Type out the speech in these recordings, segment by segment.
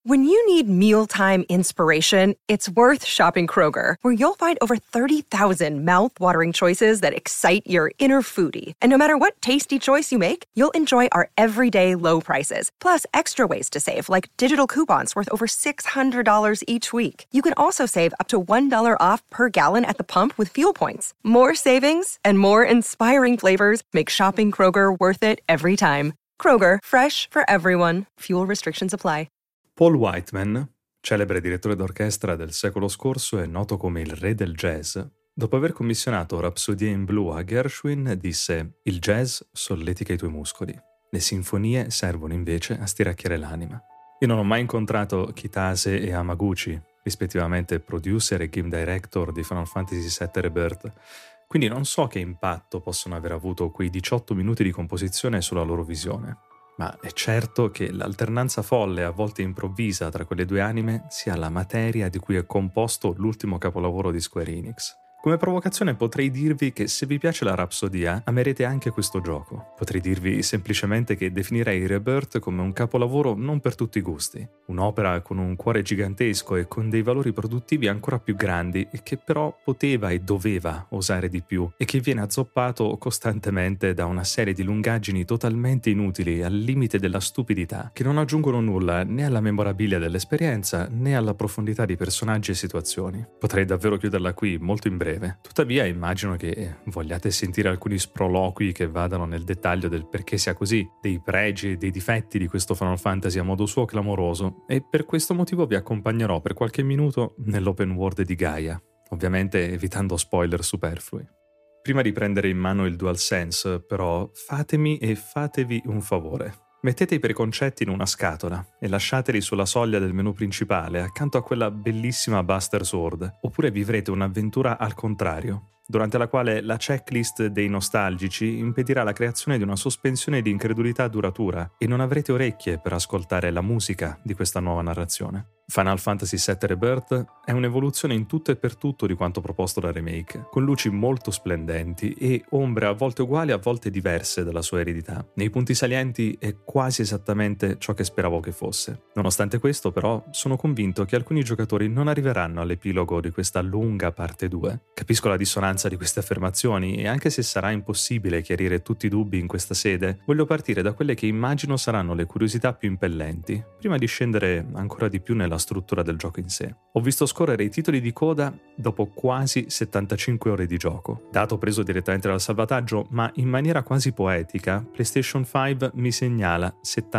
When you need mealtime inspiration, it's worth shopping Kroger, where you'll find over 30,000 mouth-watering choices that excite your inner foodie. And no matter what tasty choice you make, you'll enjoy our everyday low prices, plus extra ways to save, like digital coupons worth over $600 each week. You can also save up to $1 off per gallon at the pump with fuel points. More savings and more inspiring flavors make shopping Kroger worth it every time. Kroger, fresh for everyone. Fuel restrictions apply. Paul Whiteman, celebre direttore d'orchestra del secolo scorso e noto come il re del jazz, dopo aver commissionato Rhapsody in Blue a Gershwin, disse: «Il jazz solletica i tuoi muscoli, le sinfonie servono invece a stiracchiare l'anima». Io non ho mai incontrato Kitase e Hamaguchi, rispettivamente producer e game director di Final Fantasy VII Rebirth, quindi non so che impatto possono aver avuto quei 18 minuti di composizione sulla loro visione. Ma è certo che l'alternanza folle e a volte improvvisa tra quelle due anime sia la materia di cui è composto l'ultimo capolavoro di Square Enix. Come provocazione potrei dirvi che se vi piace la rapsodia, amerete anche questo gioco. Potrei dirvi semplicemente che definirei Rebirth come un capolavoro non per tutti i gusti. Un'opera con un cuore gigantesco e con dei valori produttivi ancora più grandi e che però poteva e doveva osare di più e che viene azzoppato costantemente da una serie di lungaggini totalmente inutili al limite della stupidità che non aggiungono nulla né alla memorabilia dell'esperienza né alla profondità di personaggi e situazioni. Potrei davvero chiuderla qui molto in breve. Tuttavia immagino che vogliate sentire alcuni sproloqui che vadano nel dettaglio del perché sia così, dei pregi e dei difetti di questo Final Fantasy a modo suo clamoroso, e per questo motivo vi accompagnerò per qualche minuto nell'open world di Gaia, ovviamente evitando spoiler superflui. Prima di prendere in mano il DualSense, però, fatemi e fatevi un favore. Mettete i preconcetti in una scatola e lasciateli sulla soglia del menu principale accanto a quella bellissima Buster Sword, oppure vivrete un'avventura al contrario, durante la quale la checklist dei nostalgici impedirà la creazione di una sospensione di incredulità duratura e non avrete orecchie per ascoltare la musica di questa nuova narrazione. Final Fantasy VII Rebirth è un'evoluzione in tutto e per tutto di quanto proposto dal remake, con luci molto splendenti e ombre a volte uguali a volte diverse dalla sua eredità. Nei punti salienti è quasi esattamente ciò che speravo che fosse. Nonostante questo, però, sono convinto che alcuni giocatori non arriveranno all'epilogo di questa lunga parte 2. Capisco la dissonanza di queste affermazioni e anche se sarà impossibile chiarire tutti i dubbi in questa sede, voglio partire da quelle che immagino saranno le curiosità più impellenti, prima di scendere ancora di più nella struttura del gioco in sé. Ho visto scorrere i titoli di coda dopo quasi 75 ore di gioco, dato preso direttamente dal salvataggio, ma in maniera quasi poetica PlayStation 5 mi segnala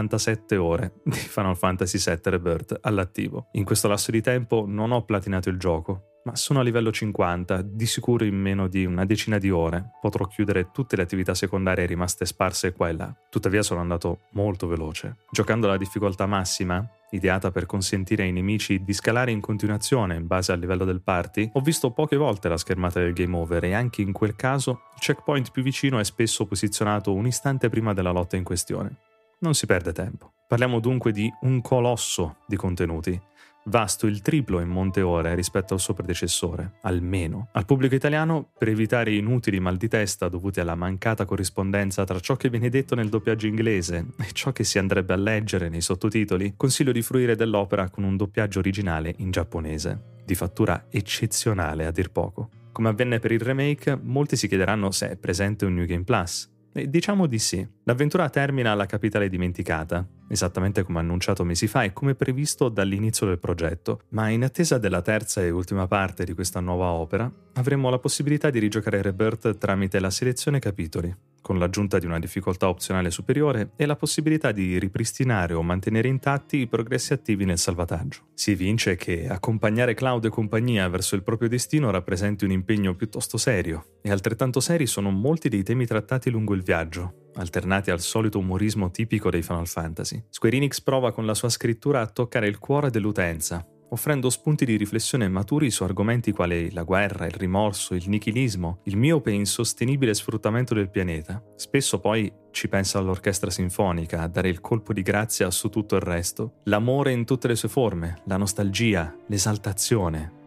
77 ore di Final Fantasy VII Rebirth all'attivo. In questo lasso di tempo non ho platinato il gioco, ma sono a livello 50, di sicuro in meno di una decina di ore potrò chiudere tutte le attività secondarie rimaste sparse qua e là. Tuttavia sono andato molto veloce. Giocando alla difficoltà massima, ideata per consentire ai nemici di scalare in continuazione in base al livello del party, ho visto poche volte la schermata del game over e anche in quel caso il checkpoint più vicino è spesso posizionato un istante prima della lotta in questione. Non si perde tempo. Parliamo dunque di un colosso di contenuti, vasto il triplo in monte ore rispetto al suo predecessore, almeno. Al pubblico italiano, per evitare inutili mal di testa dovuti alla mancata corrispondenza tra ciò che viene detto nel doppiaggio inglese e ciò che si andrebbe a leggere nei sottotitoli, consiglio di fruire dell'opera con un doppiaggio originale in giapponese, di fattura eccezionale a dir poco. Come avvenne per il remake, molti si chiederanno se è presente un New Game Plus. E diciamo di sì. L'avventura termina alla capitale dimenticata, esattamente come annunciato mesi fa e come previsto dall'inizio del progetto, ma in attesa della terza e ultima parte di questa nuova opera, avremo la possibilità di rigiocare Rebirth tramite la selezione capitoli, con l'aggiunta di una difficoltà opzionale superiore e la possibilità di ripristinare o mantenere intatti i progressi attivi nel salvataggio. Si evince che accompagnare Cloud e compagnia verso il proprio destino rappresenti un impegno piuttosto serio, e altrettanto seri sono molti dei temi trattati lungo il viaggio, alternati al solito umorismo tipico dei Final Fantasy. Square Enix prova con la sua scrittura a toccare il cuore dell'utenza, offrendo spunti di riflessione maturi su argomenti quali la guerra, il rimorso, il nichilismo, il miope e insostenibile sfruttamento del pianeta. Spesso poi ci pensa l'orchestra sinfonica a dare il colpo di grazia su tutto il resto. L'amore in tutte le sue forme, la nostalgia, l'esaltazione,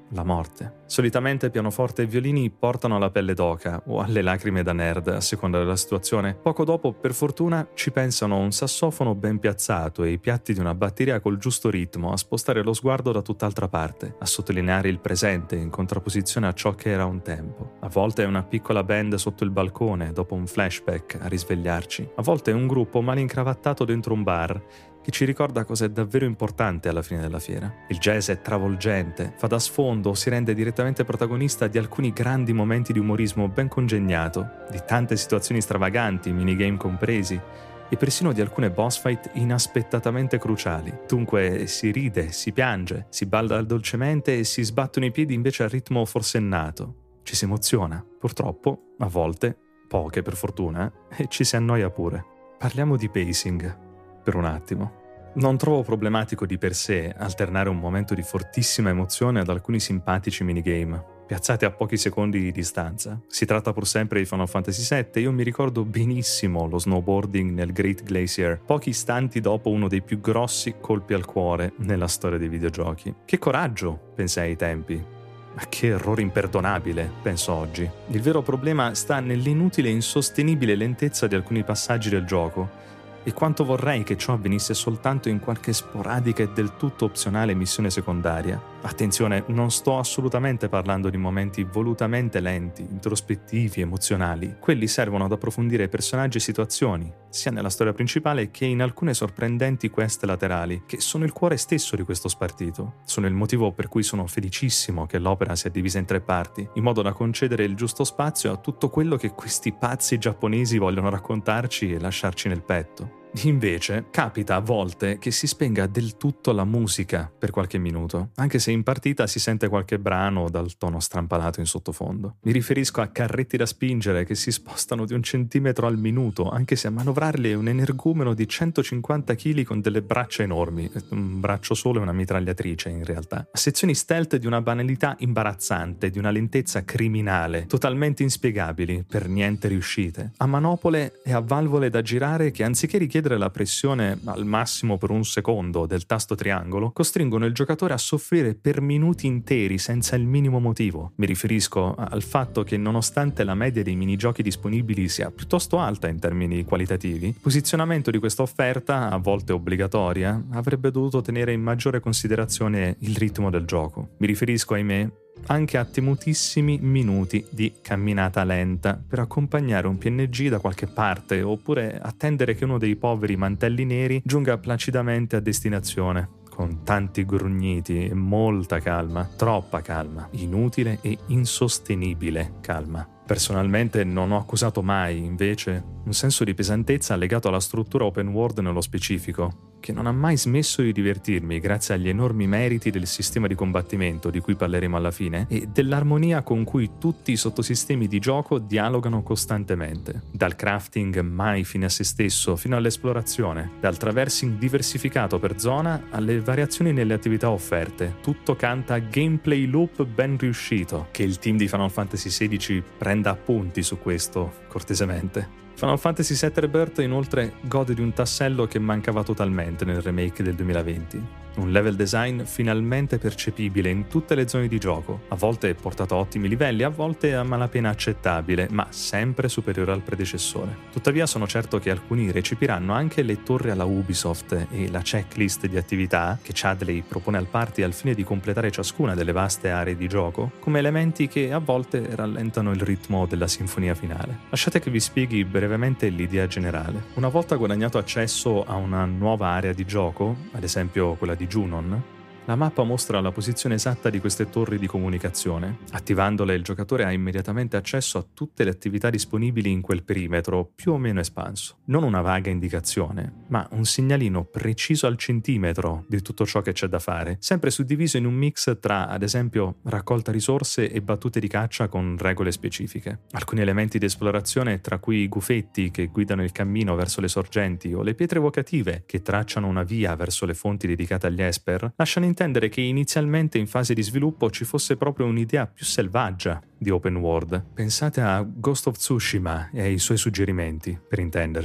la morte. Solitamente pianoforte e violini portano alla pelle d'oca o alle lacrime da nerd, a seconda della situazione. Poco dopo, per fortuna, ci pensano un sassofono ben piazzato e i piatti di una batteria col giusto ritmo a spostare lo sguardo da tutt'altra parte, a sottolineare il presente in contrapposizione a ciò che era un tempo. A volte è una piccola band sotto il balcone, dopo un flashback, a risvegliarci. A volte è un gruppo mal incravattato dentro un bar che ci ricorda cosa è davvero importante alla fine della fiera. Il jazz è travolgente, fa da sfondo, si rende direttamente protagonista di alcuni grandi momenti di umorismo ben congegnato, di tante situazioni stravaganti, minigame compresi, e persino di alcune boss fight inaspettatamente cruciali. Dunque si ride, si piange, si balla dolcemente e si sbattono i piedi invece al ritmo forsennato. Ci si emoziona, purtroppo, a volte, poche per fortuna, e ci si annoia pure. Parliamo di pacing per un attimo. Non trovo problematico di per sé alternare un momento di fortissima emozione ad alcuni simpatici minigame, piazzati a pochi secondi di distanza. Si tratta pur sempre di Final Fantasy VII, io mi ricordo benissimo lo snowboarding nel Great Glacier, pochi istanti dopo uno dei più grossi colpi al cuore nella storia dei videogiochi. Che coraggio, pensai ai tempi. Ma che errore imperdonabile, penso oggi. Il vero problema sta nell'inutile e insostenibile lentezza di alcuni passaggi del gioco, e quanto vorrei che ciò avvenisse soltanto in qualche sporadica e del tutto opzionale missione secondaria. Attenzione, non sto assolutamente parlando di momenti volutamente lenti, introspettivi, emozionali. Quelli servono ad approfondire personaggi e situazioni, sia nella storia principale che in alcune sorprendenti quest laterali, che sono il cuore stesso di questo spartito. Sono il motivo per cui sono felicissimo che l'opera sia divisa in 3 parti, in modo da concedere il giusto spazio a tutto quello che questi pazzi giapponesi vogliono raccontarci e lasciarci nel petto. Invece, capita a volte che si spenga del tutto la musica per qualche minuto, anche se in partita si sente qualche brano dal tono strampalato in sottofondo. Mi riferisco a carretti da spingere che si spostano di 1 centimetro al minuto, anche se a manovrarli è un energumeno di 150 kg con delle braccia enormi, un braccio solo e una mitragliatrice in realtà. A sezioni stealth di una banalità imbarazzante, di una lentezza criminale, totalmente inspiegabili, per niente riuscite. A manopole e a valvole da girare che anziché richiedere la pressione al massimo per 1 secondo del tasto triangolo, costringono il giocatore a soffrire per minuti interi senza il minimo motivo. Mi riferisco al fatto che nonostante la media dei minigiochi disponibili sia piuttosto alta in termini qualitativi, il posizionamento di questa offerta, a volte obbligatoria, avrebbe dovuto tenere in maggiore considerazione il ritmo del gioco. Mi riferisco, ahimè, anche a temutissimi minuti di camminata lenta per accompagnare un PNG da qualche parte, oppure attendere che uno dei poveri mantelli neri giunga placidamente a destinazione, con tanti grugniti e molta calma, troppa calma, inutile e insostenibile calma. Personalmente non ho accusato mai, invece, un senso di pesantezza legato alla struttura open world nello specifico, che non ha mai smesso di divertirmi grazie agli enormi meriti del sistema di combattimento di cui parleremo alla fine e dell'armonia con cui tutti i sottosistemi di gioco dialogano costantemente, dal crafting mai fine a se stesso fino all'esplorazione, dal traversing diversificato per zona alle variazioni nelle attività offerte. Tutto canta gameplay loop ben riuscito. Che il team di Final Fantasy XVI prenda appunti su questo, cortesemente. Final Fantasy VII Rebirth inoltre gode di un tassello che mancava totalmente nel remake del 2020. Un level design finalmente percepibile in tutte le zone di gioco, a volte portato a ottimi livelli, a volte a malapena accettabile, ma sempre superiore al predecessore. Tuttavia sono certo che alcuni recepiranno anche le torri alla Ubisoft e la checklist di attività che Chadley propone al party al fine di completare ciascuna delle vaste aree di gioco, come elementi che a volte rallentano il ritmo della sinfonia finale. Lasciate che vi spieghi brevemente l'idea generale. Una volta guadagnato accesso a una nuova area di gioco, ad esempio quella di Junon, la mappa mostra la posizione esatta di queste torri di comunicazione. Attivandole, il giocatore ha immediatamente accesso a tutte le attività disponibili in quel perimetro più o meno espanso. Non una vaga indicazione, ma un segnalino preciso al centimetro di tutto ciò che c'è da fare, sempre suddiviso in un mix tra, ad esempio, raccolta risorse e battute di caccia con regole specifiche. Alcuni elementi di esplorazione, tra cui i gufetti che guidano il cammino verso le sorgenti o le pietre evocative che tracciano una via verso le fonti dedicate agli Esper, lasciano intendere che inizialmente in fase di sviluppo ci fosse proprio un'idea più selvaggia di open world. Pensate a Ghost of Tsushima e ai suoi suggerimenti, per intenderci.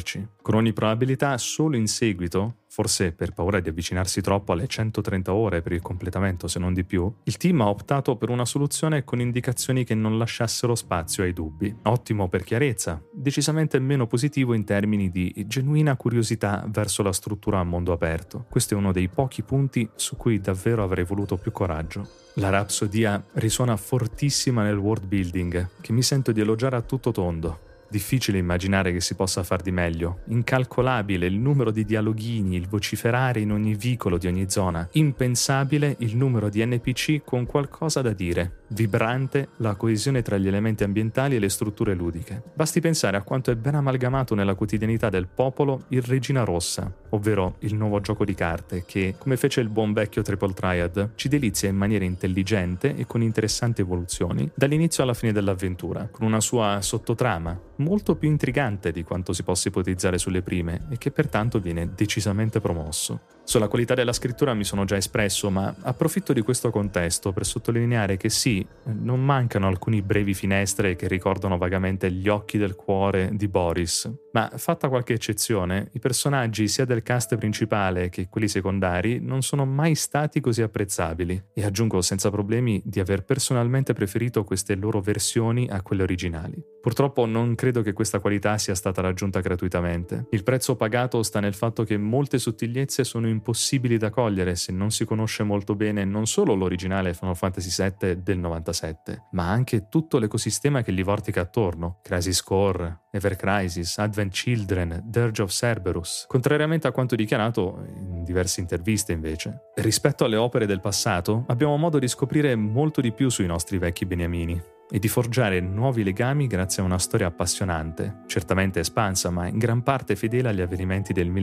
Con ogni probabilità, solo in seguito, forse per paura di avvicinarsi troppo alle 130 ore per il completamento se non di più, il team ha optato per una soluzione con indicazioni che non lasciassero spazio ai dubbi. Ottimo per chiarezza, decisamente meno positivo in termini di genuina curiosità verso la struttura a mondo aperto. Questo è uno dei pochi punti su cui davvero avrei voluto più coraggio. La rapsodia risuona fortissima nel world building, che mi sento di elogiare a tutto tondo. Difficile immaginare che si possa far di meglio. Incalcolabile il numero di dialoghini, il vociferare in ogni vicolo di ogni zona. Impensabile il numero di NPC con qualcosa da dire. Vibrante la coesione tra gli elementi ambientali e le strutture ludiche. Basti pensare a quanto è ben amalgamato nella quotidianità del popolo il Regina Rossa, ovvero il nuovo gioco di carte che, come fece il buon vecchio Triple Triad, ci delizia in maniera intelligente e con interessanti evoluzioni dall'inizio alla fine dell'avventura, con una sua sottotrama molto più intrigante di quanto si possa ipotizzare sulle prime e che pertanto viene decisamente promosso. Sulla qualità della scrittura mi sono già espresso, ma approfitto di questo contesto per sottolineare che sì, non mancano alcuni brevi finestre che ricordano vagamente gli occhi del cuore di Boris, ma fatta qualche eccezione, i personaggi sia del cast principale che quelli secondari non sono mai stati così apprezzabili e aggiungo senza problemi di aver personalmente preferito queste loro versioni a quelle originali. Purtroppo non credo che questa qualità sia stata raggiunta gratuitamente. Il prezzo pagato sta nel fatto che molte sottigliezze sono impossibili da cogliere se non si conosce molto bene non solo l'originale Final Fantasy VII del 97, ma anche tutto l'ecosistema che gli vortica attorno: Crisis Core, Ever Crisis, Advent Children, Dirge of Cerberus, contrariamente a quanto dichiarato in diverse interviste invece. Rispetto alle opere del passato, abbiamo modo di scoprire molto di più sui nostri vecchi beniamini e di forgiare nuovi legami grazie a una storia appassionante, certamente espansa ma in gran parte fedele agli avvenimenti del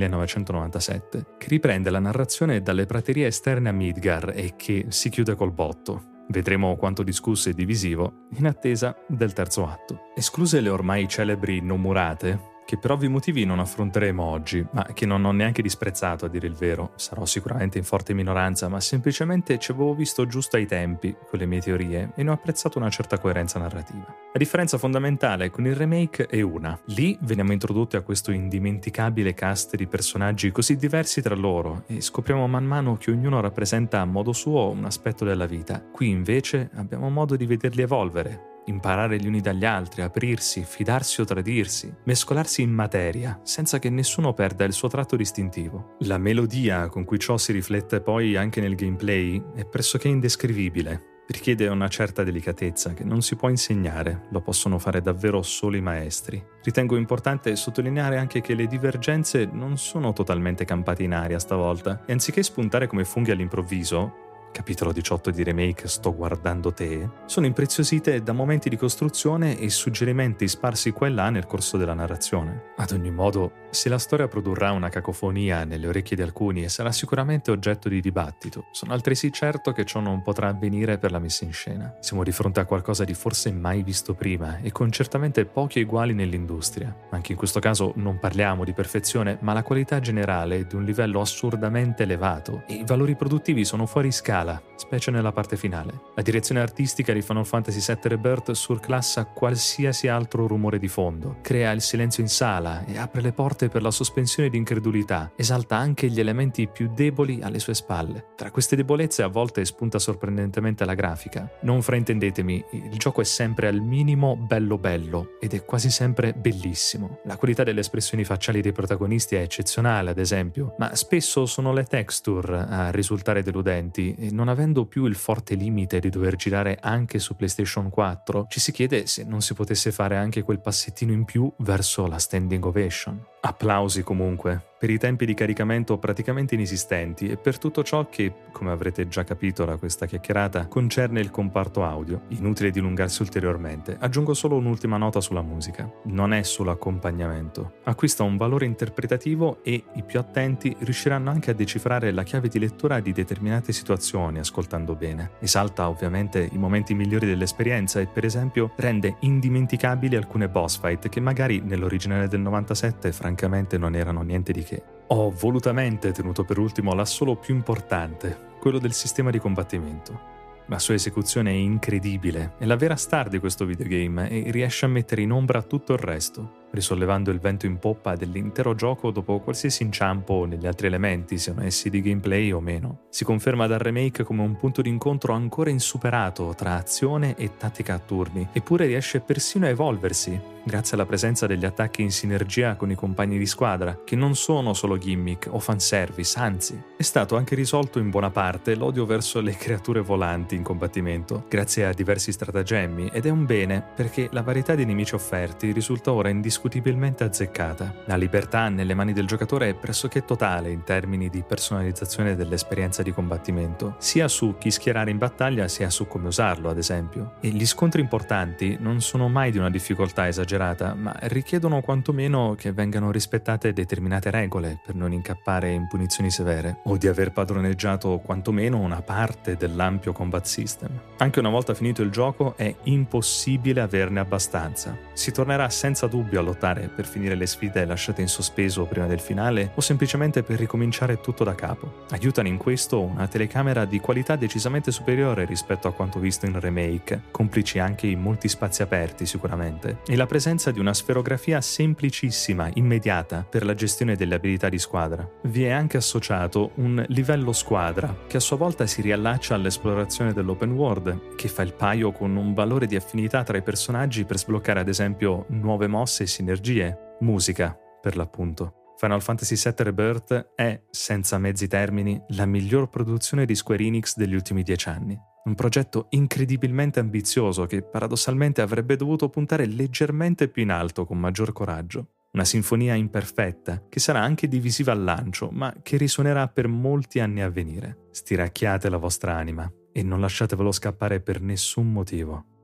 1997, che riprende la narrazione dalle praterie esterne a Midgar e che si chiude col botto. Vedremo quanto discusso e divisivo in attesa del terzo atto. Escluse le ormai celebri Nomurate, che per ovvi motivi non affronteremo oggi, ma che non ho neanche disprezzato a dire il vero. Sarò sicuramente in forte minoranza, ma semplicemente ci avevo visto giusto ai tempi con le mie teorie e ne ho apprezzato una certa coerenza narrativa. La differenza fondamentale con il remake è una. Lì veniamo introdotti a questo indimenticabile cast di personaggi così diversi tra loro e scopriamo man mano che ognuno rappresenta a modo suo un aspetto della vita. Qui invece abbiamo modo di vederli evolvere, imparare gli uni dagli altri, aprirsi, fidarsi o tradirsi, mescolarsi in materia, senza che nessuno perda il suo tratto distintivo. La melodia con cui ciò si riflette poi anche nel gameplay è pressoché indescrivibile. Richiede una certa delicatezza che non si può insegnare, lo possono fare davvero solo i maestri. Ritengo importante sottolineare anche che le divergenze non sono totalmente campate in aria stavolta, e anziché spuntare come funghi all'improvviso, capitolo 18 di Remake Sto guardando te, sono impreziosite da momenti di costruzione e suggerimenti sparsi qua e là nel corso della narrazione. Ad ogni modo, se la storia produrrà una cacofonia nelle orecchie di alcuni e sarà sicuramente oggetto di dibattito, sono altresì certo che ciò non potrà avvenire per la messa in scena. Siamo di fronte a qualcosa di forse mai visto prima e con certamente pochi eguali nell'industria. Anche in questo caso non parliamo di perfezione, ma la qualità generale è di un livello assurdamente elevato e i valori produttivi sono fuori scala, specie nella parte finale. La direzione artistica di Final Fantasy VII Rebirth surclassa qualsiasi altro rumore di fondo, crea il silenzio in sala e apre le porte per la sospensione di incredulità, esalta anche gli elementi più deboli alle sue spalle. Tra queste debolezze a volte spunta sorprendentemente la grafica. Non fraintendetemi, il gioco è sempre al minimo bello ed è quasi sempre bellissimo. La qualità delle espressioni facciali dei protagonisti è eccezionale, ad esempio, ma spesso sono le texture a risultare deludenti e non avendo più il forte limite di dover girare anche su PlayStation 4, ci si chiede se non si potesse fare anche quel passettino in più verso la standing ovation. Applausi comunque per i tempi di caricamento praticamente inesistenti e per tutto ciò che, come avrete già capito da questa chiacchierata, concerne il comparto audio. Inutile dilungarsi ulteriormente, aggiungo solo un'ultima nota sulla musica. Non è solo accompagnamento, acquista un valore interpretativo e i più attenti riusciranno anche a decifrare la chiave di lettura di determinate situazioni ascoltando bene. Esalta ovviamente i momenti migliori dell'esperienza e per esempio rende indimenticabili alcune boss fight che magari nell'originale del 97 francamente non erano niente di che. Ho volutamente tenuto per ultimo l'assolo più importante, quello del sistema di combattimento. La sua esecuzione è incredibile, è la vera star di questo videogame e riesce a mettere in ombra tutto il resto. risollevando il vento in poppa dell'intero gioco dopo qualsiasi inciampo negli altri elementi, siano essi di gameplay o meno. Si conferma dal remake come un punto d'incontro ancora insuperato tra azione e tattica a turni, eppure riesce persino a evolversi, grazie alla presenza degli attacchi in sinergia con i compagni di squadra, che non sono solo gimmick o fanservice, anzi, è stato anche risolto in buona parte l'odio verso le creature volanti in combattimento, grazie a diversi stratagemmi, ed è un bene perché la varietà di nemici offerti risulta ora indiscutibilmente azzeccata. La libertà nelle mani del giocatore è pressoché totale in termini di personalizzazione dell'esperienza di combattimento, sia su chi schierare in battaglia sia su come usarlo, ad esempio. E gli scontri importanti non sono mai di una difficoltà esagerata, ma richiedono quantomeno che vengano rispettate determinate regole per non incappare in punizioni severe, o di aver padroneggiato quantomeno una parte dell'ampio combat system. Anche una volta finito il gioco è impossibile averne abbastanza. Si tornerà senza dubbio a lottare per finire le sfide lasciate in sospeso prima del finale o semplicemente per ricominciare tutto da capo. Aiutano in questo una telecamera di qualità decisamente superiore rispetto a quanto visto in remake, complici anche i molti spazi aperti sicuramente, e la presenza di una sferografia semplicissima, immediata per la gestione delle abilità di squadra. Vi è anche associato un livello squadra, che a sua volta si riallaccia all'esplorazione dell'open world, che fa il paio con un valore di affinità tra i personaggi per sbloccare ad esempio nuove mosse e sinergie, musica per l'appunto. Final Fantasy VII Rebirth è, senza mezzi termini, la miglior produzione di Square Enix degli ultimi 10 anni. Un progetto incredibilmente ambizioso che paradossalmente avrebbe dovuto puntare leggermente più in alto con maggior coraggio. Una sinfonia imperfetta che sarà anche divisiva al lancio, ma che risuonerà per molti anni a venire. Stiracchiate la vostra anima e non lasciatevelo scappare per nessun motivo.